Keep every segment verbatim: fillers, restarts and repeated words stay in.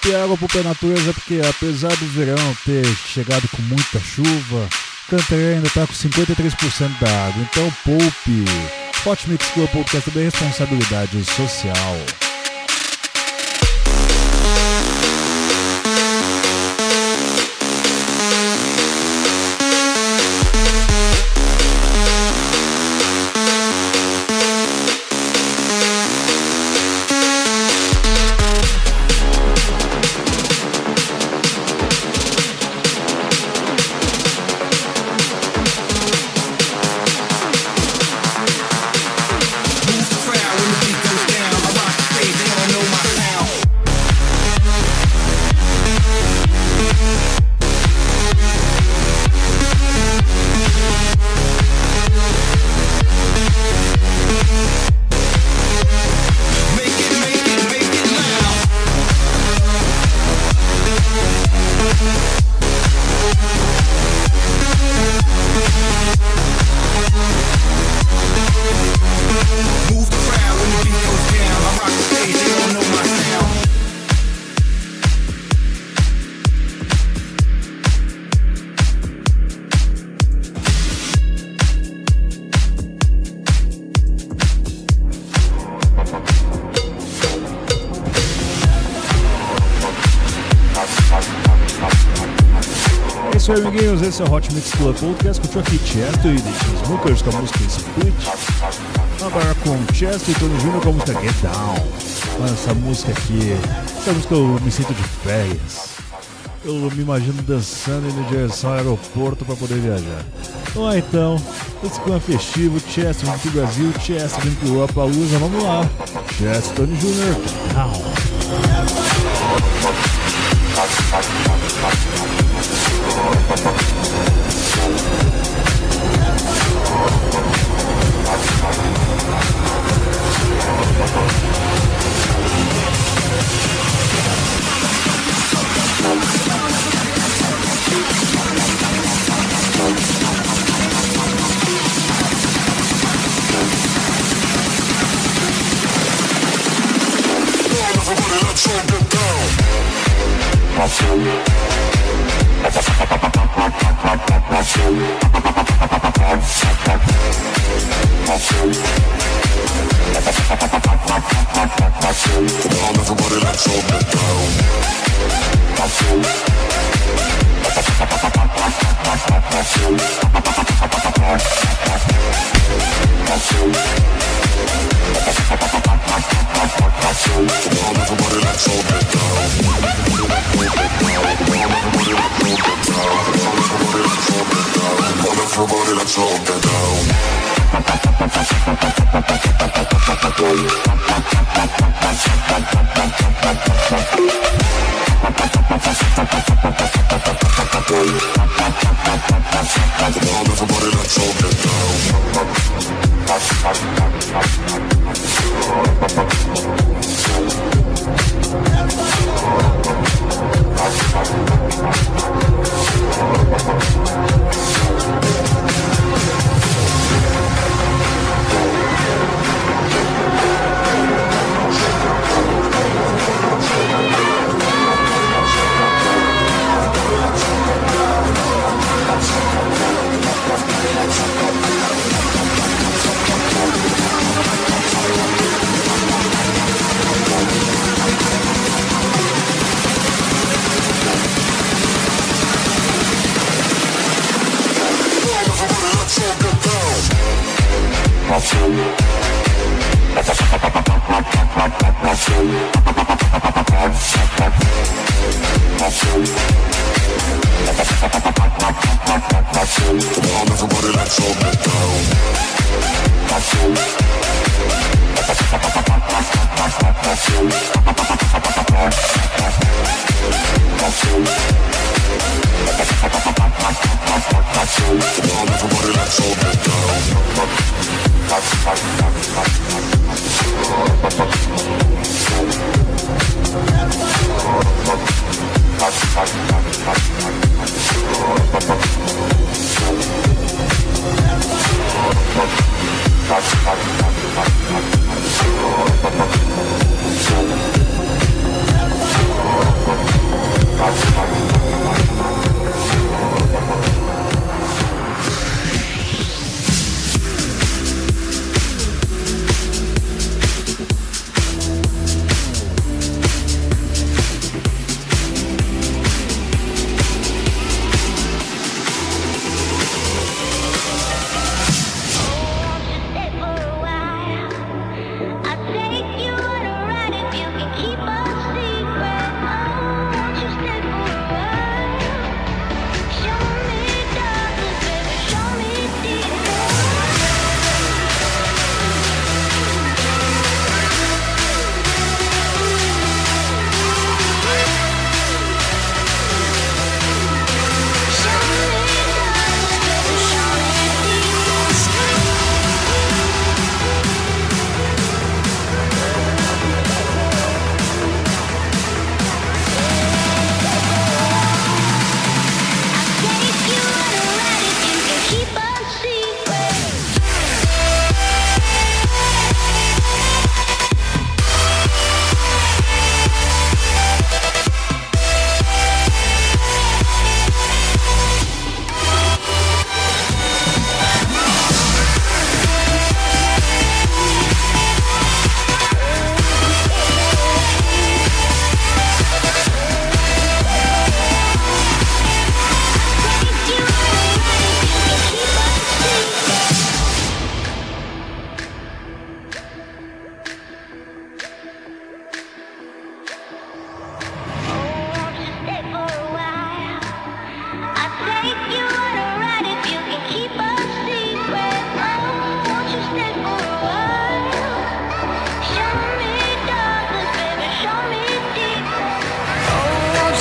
Poop é água, Poop é natureza, porque apesar do verão ter chegado com muita chuva, Cantareira ainda está com cinquenta e três por cento da água. Então, Poop, Hot Mix Club Podcast também é responsabilidade social. isso aí, amiguinhos, esse é o Hot Mix Club Podcast. Escutou aqui Chesto e The Smokers com a música Split. Agora com Chesto e Tony Júnior com a música Get Down. Mano, essa música aqui, essa música eu me sinto de férias. Eu me imagino dançando e indo em direção ao aeroporto para poder viajar. Vamos lá então, esse clima festivo, Chesto vindo pro Brasil, Chesto vindo pro Lollapalooza, vamos lá. Chesto, Tony Júnior, Get Down.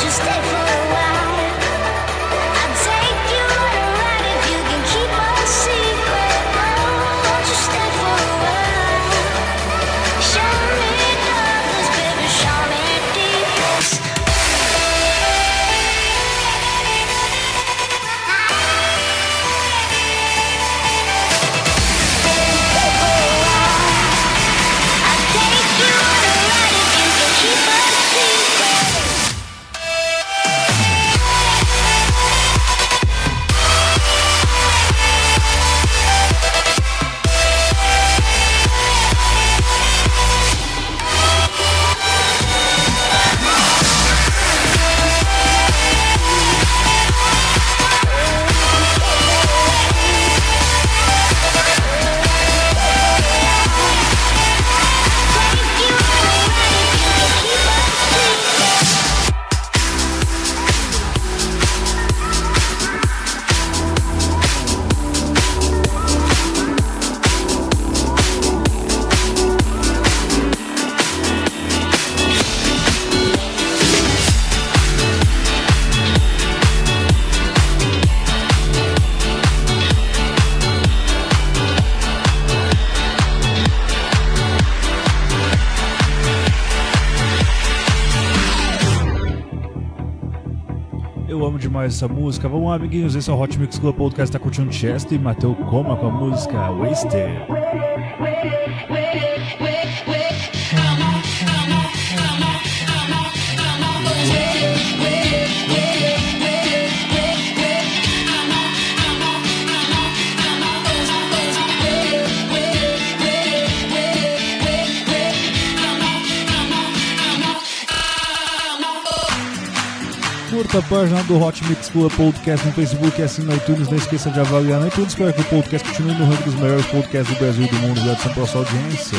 Demais essa música. Vamos lá, amiguinhos, esse é o Hot Mix Club Podcast, tá curtindo Chester e Mateu Coma com a música Wasted. Curta a página do Hot Mix Club Podcast no Facebook e assina no iTunes. Não esqueça de avaliar no iTunes para que o podcast continue no ranking dos melhores podcasts do Brasil e do mundo. Agradeço pela sua audiência.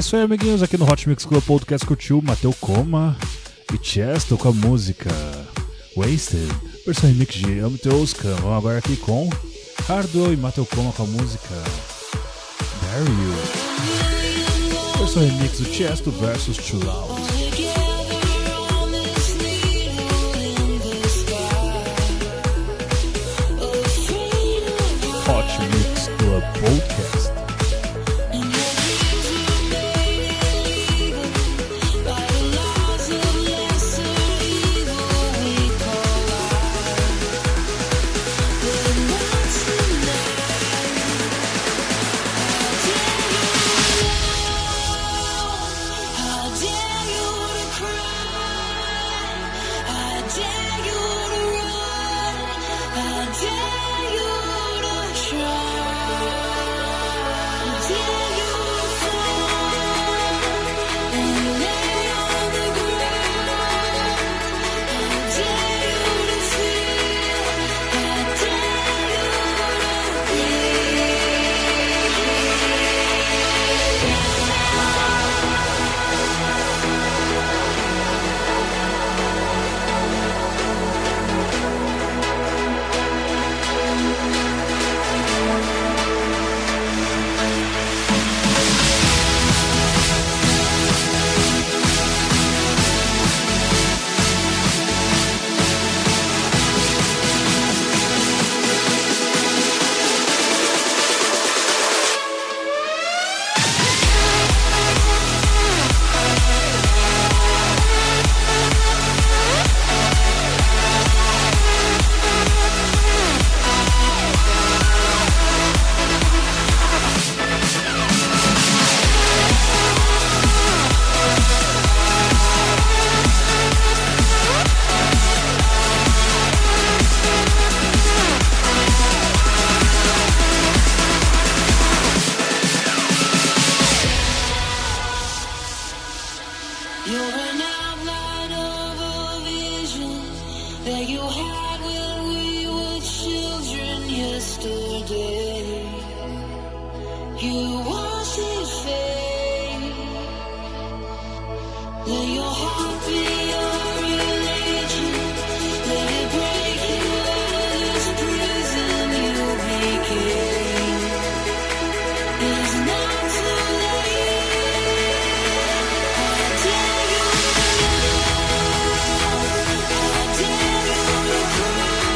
isso aí, amiguinhos, aqui no Hot Mix Club Podcast curtiu Mateu Coma e Chesto com a música Wasted, versão remix de Amteuscan. Vamos agora aqui com Hardwell e Mateu Coma com a música Bury You, versão remix do Chesto versus Too Loud. Hot Mix Club Podcast.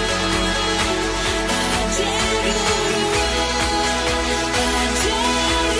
I dare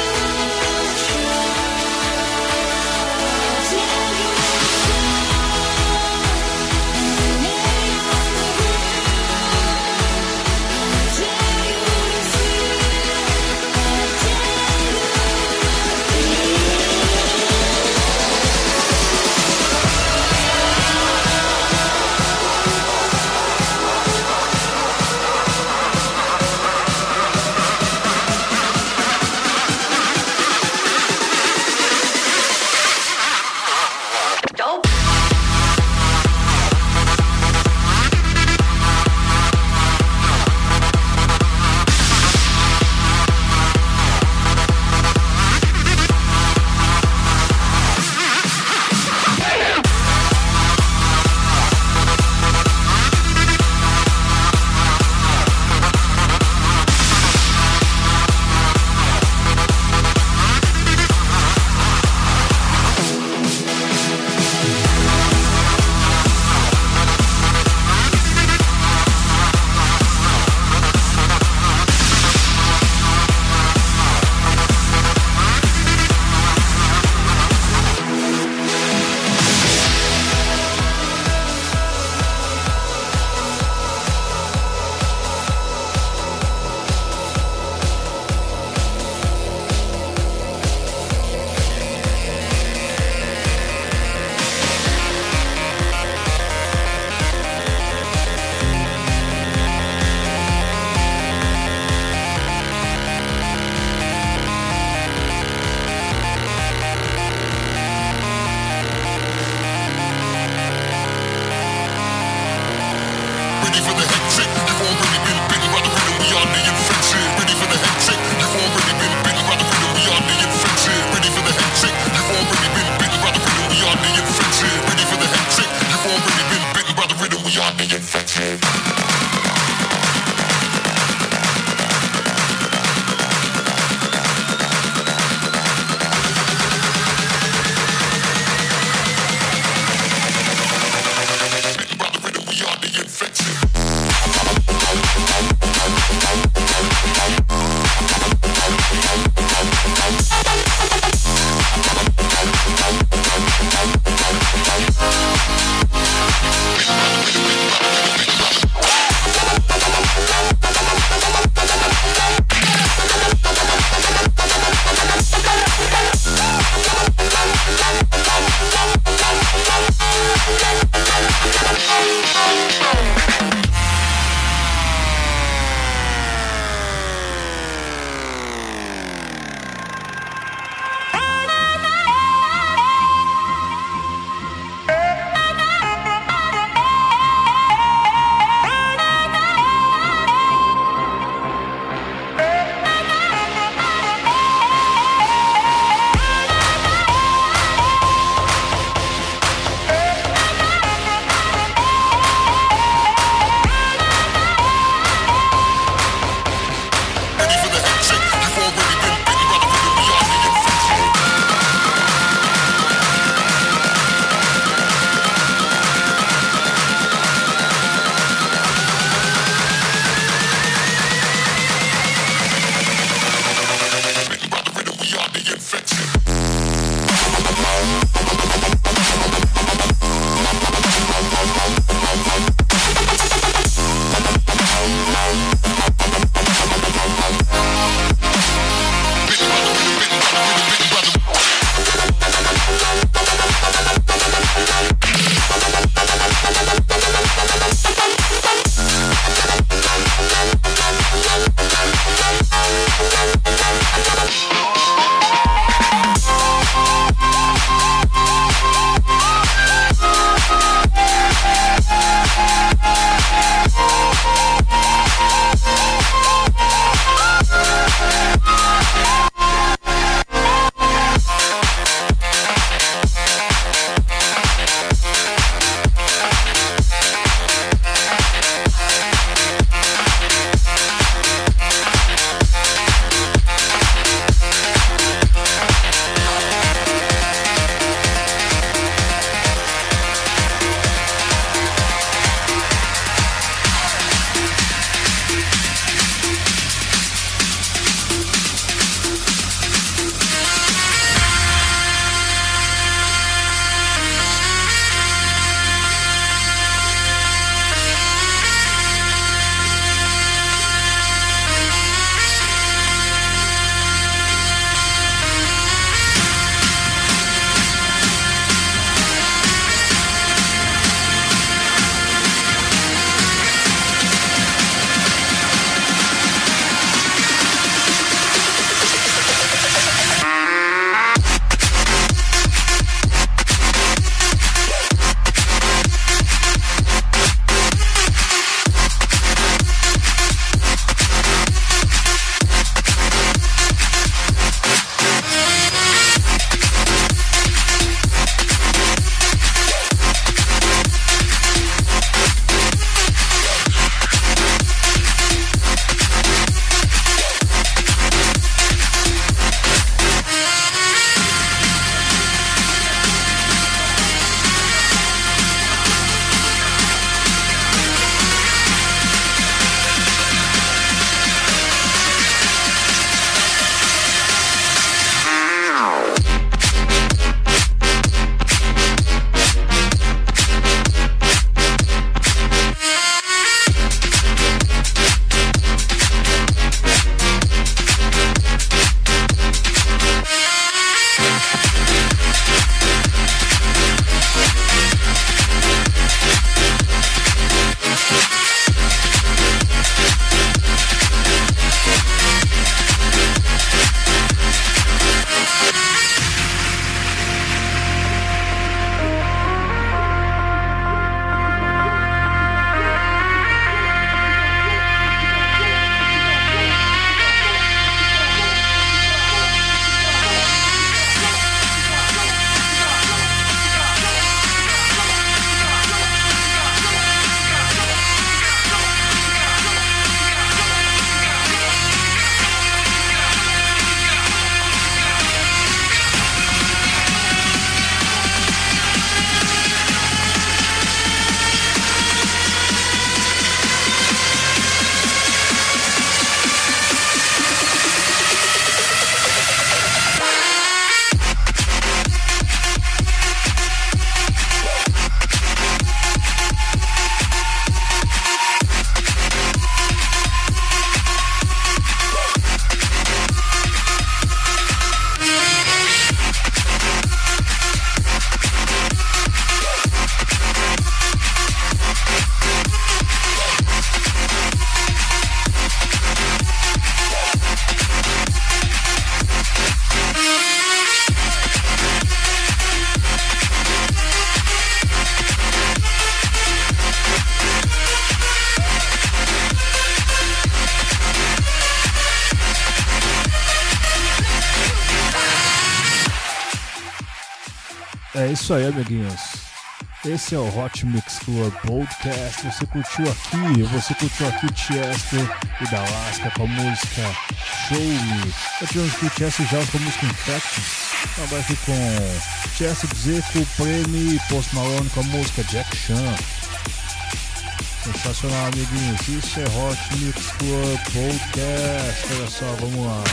É isso aí, amiguinhos. Esse é o Hot Mix Club Podcast. Você curtiu aqui, você curtiu aqui o Tiesto e da Alaska com a música Show Me. Eu tivemos aqui o Tiesto e Jaws com a música Infection. Então vai aqui com Tiesto, Zico, Premi e Post Malone com a música Jack Chan. Sensacional, amiguinhos. Isso é Hot Mix Club Podcast. Olha só, vamos lá.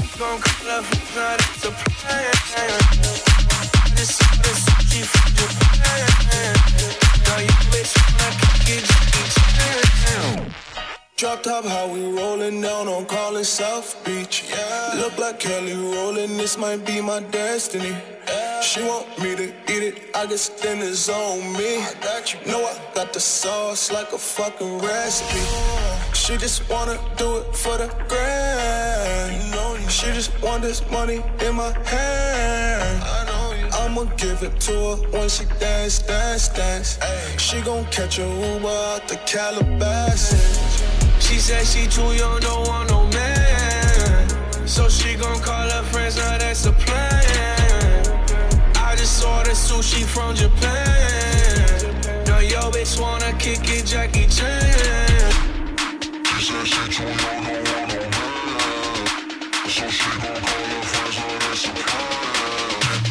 Drop top, how we rollin' down on Collins South Beach. Yeah. Look like Kelly rollin', this might be my destiny. Yeah. She want me to eat it, I guess then it's on me. I got you. Know I got the sauce like a fucking recipe. She just wanna do it for the grand. You know you. She just want this money in my hand. I know you. I'ma give it to her when she dance, dance, dance. Ay. She gon' catch a Uber out the Calabasas. She said she too young, don't want no man. So she gon' call her friends, now that's a plan. I just ordered sushi from Japan. Now yo bitch wanna kick it, Jackie Chan. She said she too young, don't want no man. So she gon' call her friends, now that's a plan.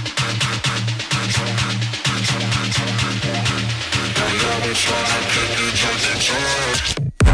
Now yo bitch wanna kick it, Jackie Chan.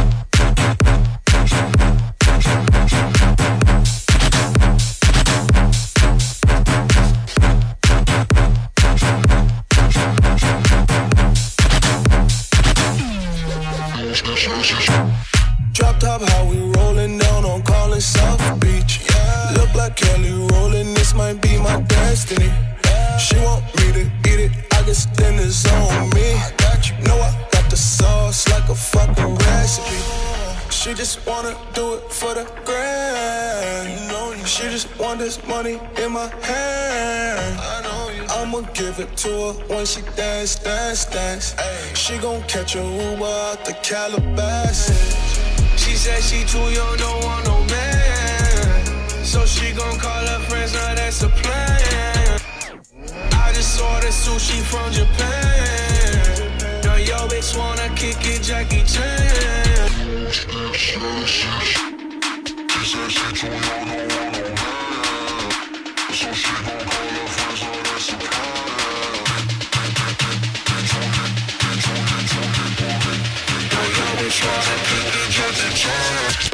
Drop top, how we rollin' down on Collins South Beach. Yeah. Look like Kelly rollin', this might be my destiny. Yeah. She want me to eat it, I guess then it's on me. I got you. Know I got the sauce like a fucking recipe. She just wanna do it for the grand. You know you. She just want this money in my hand. I know you. I'ma give it to her when she dance, dance, dance. Ay. She gon' catch a Uber out the Calabasas. She said she too young, don't want no man. So she gon' call her friends, now that's a plan. I just ordered sushi from Japan. Now yo bitch wanna kick it, Jackie Chan. She said she too young, don't want no man. So she gon' call her friends, now that's a plan. Now yo bitch wanna kick it, Jackie Chan.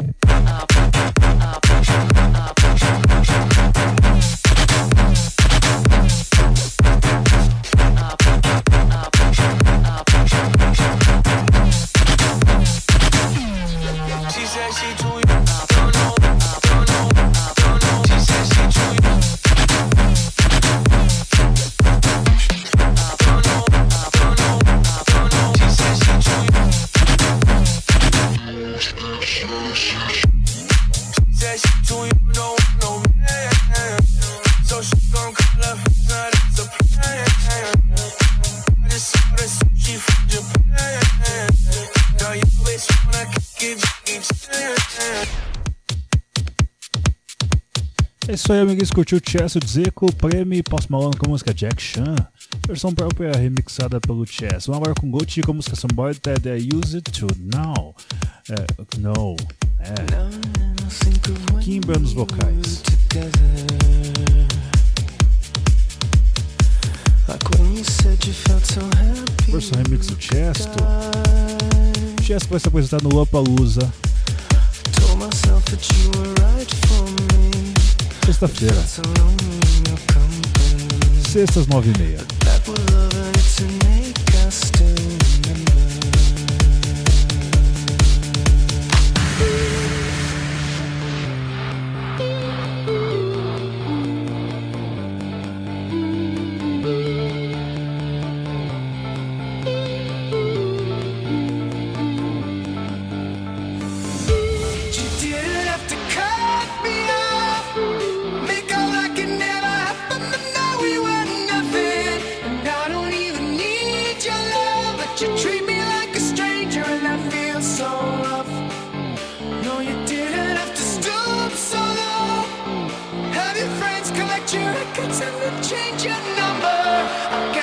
É isso aí, amiguinhos. Curtiu o Tiesto, Zico, Premi e Post Malone com a música Jack Chan. Versão própria remixada pelo Tiesto. Vamos agora com Gucci com a música Somebody That I Use It To Now. É, no. É. Kimbra nos vocais. Versão remix do Tiesto. Tiesto vai se apresentar no Lollapalooza. Sexta-feira, sextas nove e meia. Change your number.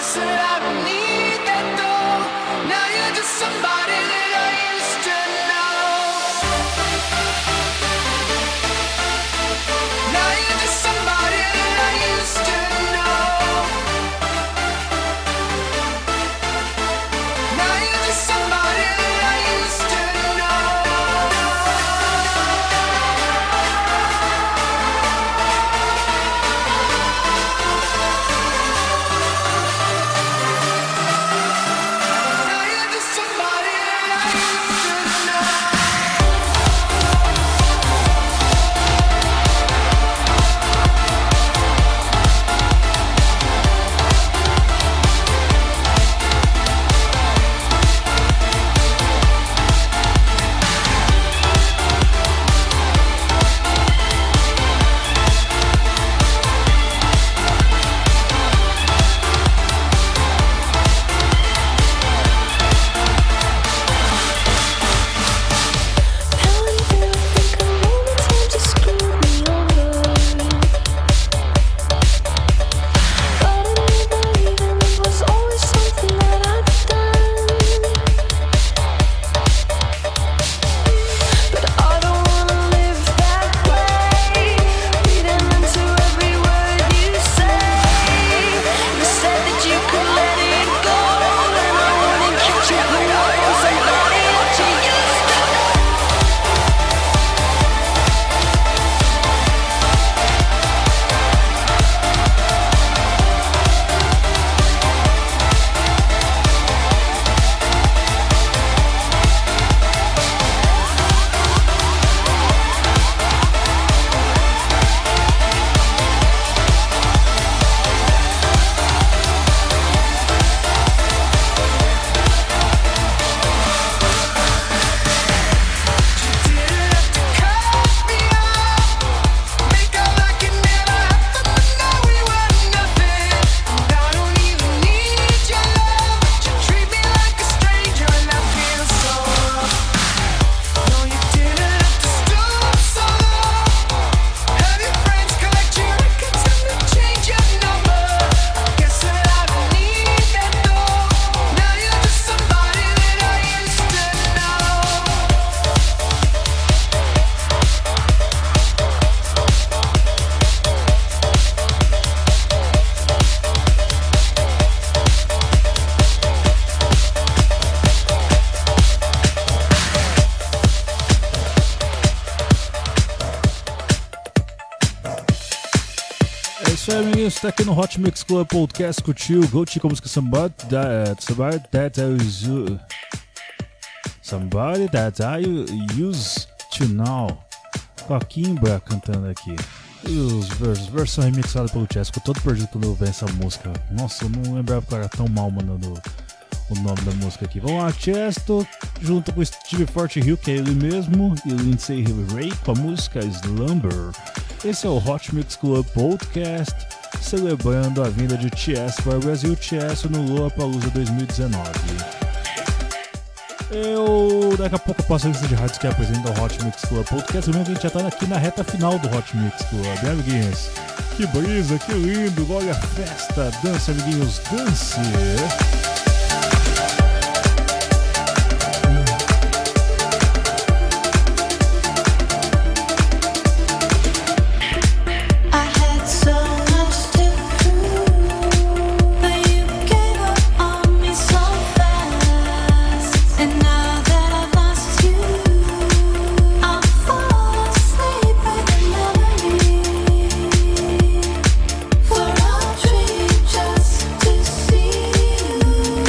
isso aí, amiguinhos. Está aqui no Hot Mix Club Podcast com o tio Gotti com a música Somebody That, somebody that I use, somebody that I Use To Know. Com a Kimbra cantando aqui. E os versos, versão remixada pelo Chess. Ficou todo perdido quando eu vi essa música. Nossa, eu não lembrava que eu era tão mal mandando o nome da música aqui. Vamos lá, Chesto, junto com Steve Forte-Hill, que é ele mesmo, e Lindsay Ray com a música Slumber. Esse é o Hot Mix Club Podcast, celebrando a vinda de Tiesto para o Brasil, Tiesto no Lollapalooza dois mil e dezenove. Eu, daqui a pouco eu passo a lista de rádios que apresenta o Hot Mix Club Podcast, lembrando que a gente já está aqui na reta final do Hot Mix Club, né, amiguinhos? Que brisa, que lindo, olha a festa, dance, amiguinhos, dance! For our dream just to see you.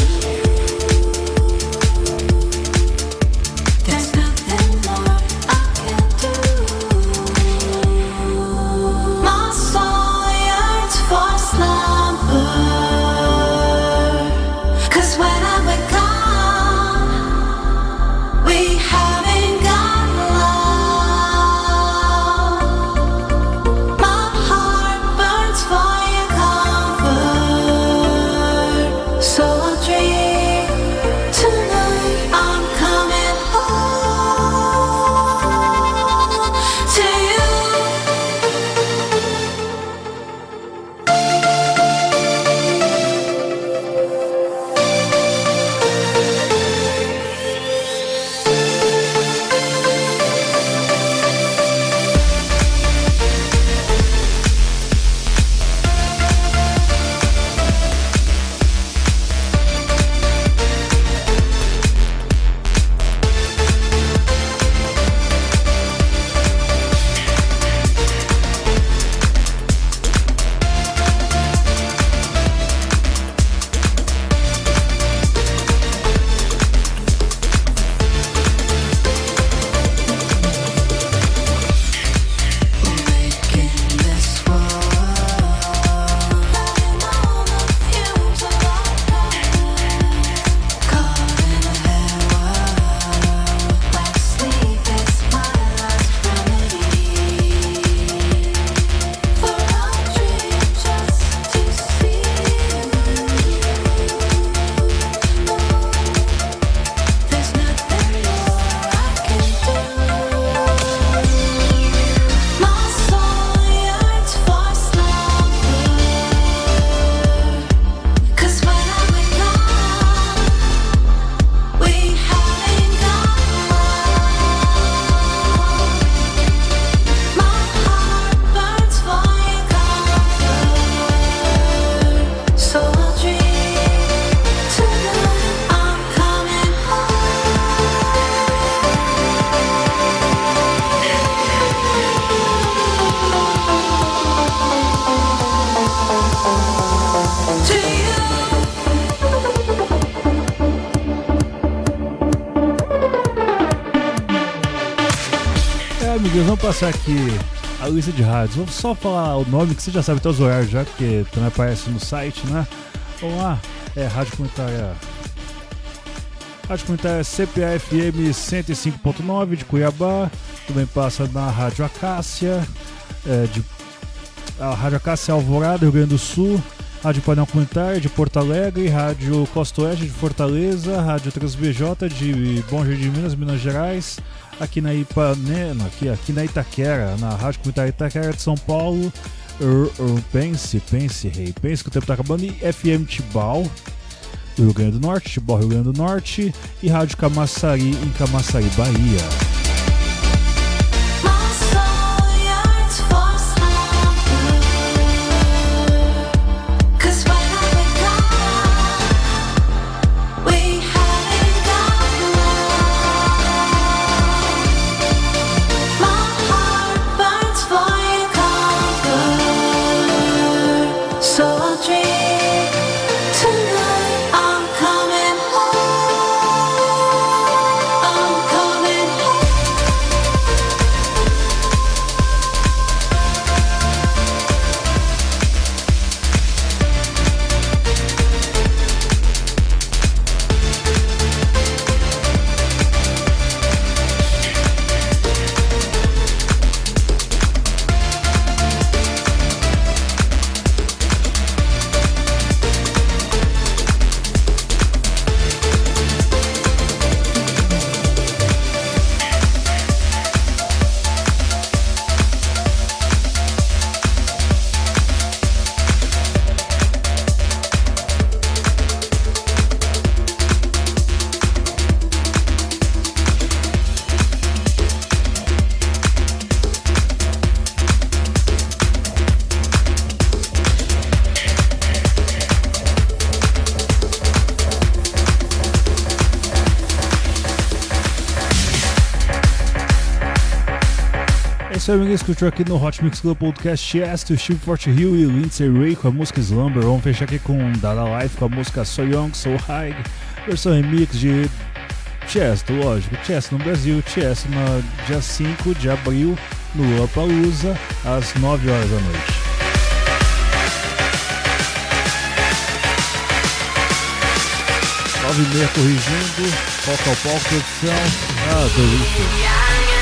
amiguinhos, vamos passar aqui a lista de rádios. Vamos só falar o nome que você já sabe até os horários já, porque também aparece no site, né? Vamos lá, é Rádio Comunitária. Rádio Comunitária C P A F M cento e cinco ponto nove de Cuiabá. Também passa na Rádio Acácia, é, de, a Rádio Acácia Alvorada, Rio Grande do Sul. Rádio Painel Comunitário de Porto Alegre, Rádio Costa Oeste de Fortaleza, Rádio três B J de Bom Jardim de Minas, Minas Gerais, aqui na Ipanema, aqui, aqui na Itaquera, na Rádio Comunitária Itaquera de São Paulo, ur, ur, pense, pense, rei, pense que o tempo tá acabando, e F M Tibau, do Rio Grande do Norte, Tibau, Rio Grande do Norte, e Rádio Camaçari, em Camaçari, Bahia. Esse amigo escutou aqui no Hot Mix Club Podcast Chesto, Steve Fort Hill e Lindsay Ray com a música Slumber. Vamos fechar aqui com Dada Life com a música So Young, So High, versão remix de Chesto, lógico, Chesto no Brasil, Chesto no dia cinco de abril no Lollapalooza, às nove horas da noite. nove e meia corrigindo, foco ao palco, produção, ah, delícia.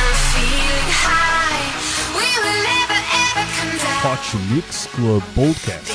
Hot Mix Club Podcast.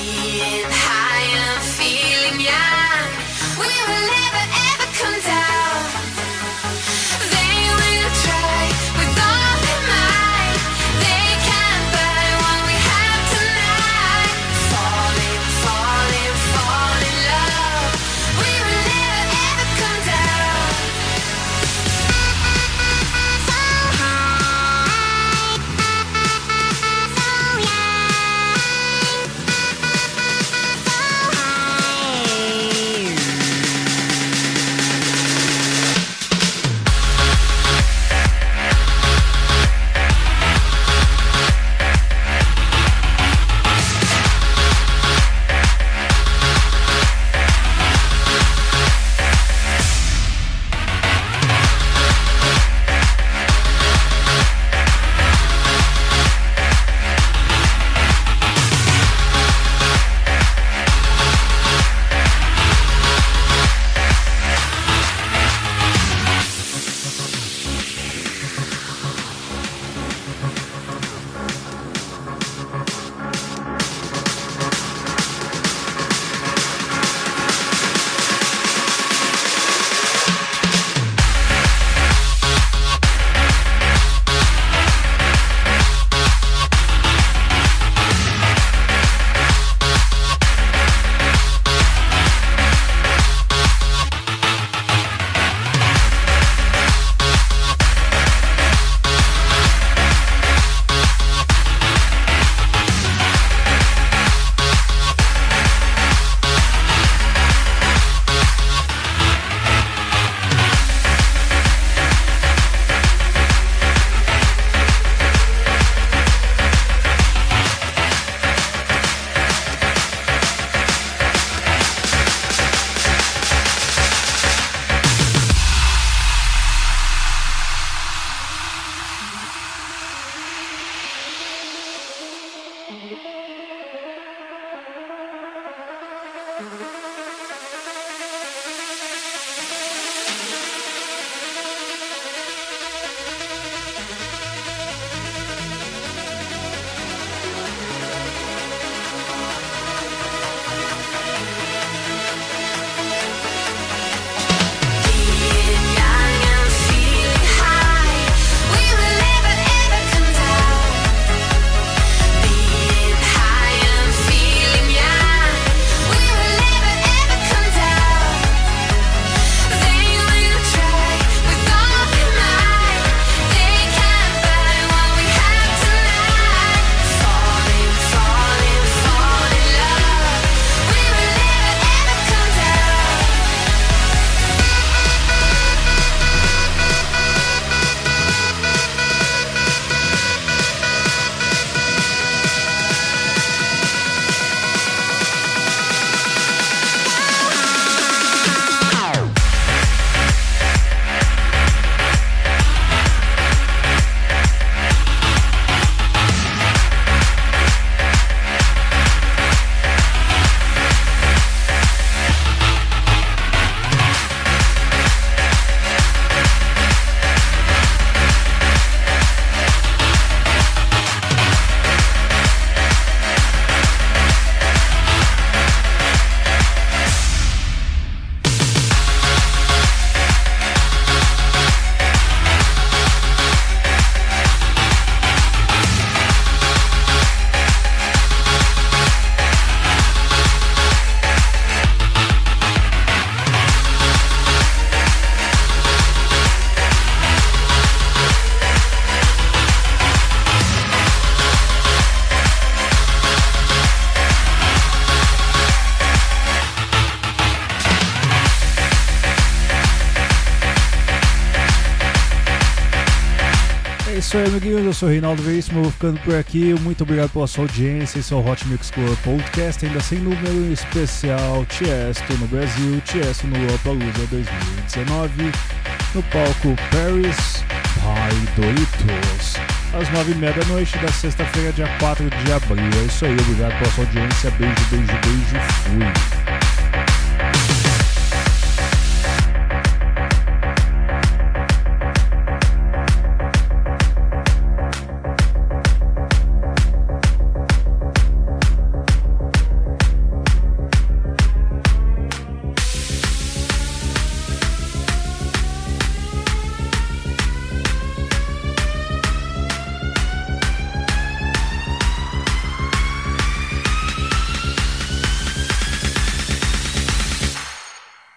isso aí, amiguinhos. Eu sou o Reinaldo Veríssimo, vou ficando por aqui. Muito obrigado pela sua audiência. Esse é o Hot Mix Club Podcast, ainda sem número especial. Tiesto no Brasil, Tiesto no Lollapalooza dois mil e dezenove, no palco Paris by Doritos, às nove e meia da noite da sexta-feira, dia quatro de abril. É isso aí, obrigado pela sua audiência. Beijo, beijo, beijo. Fui.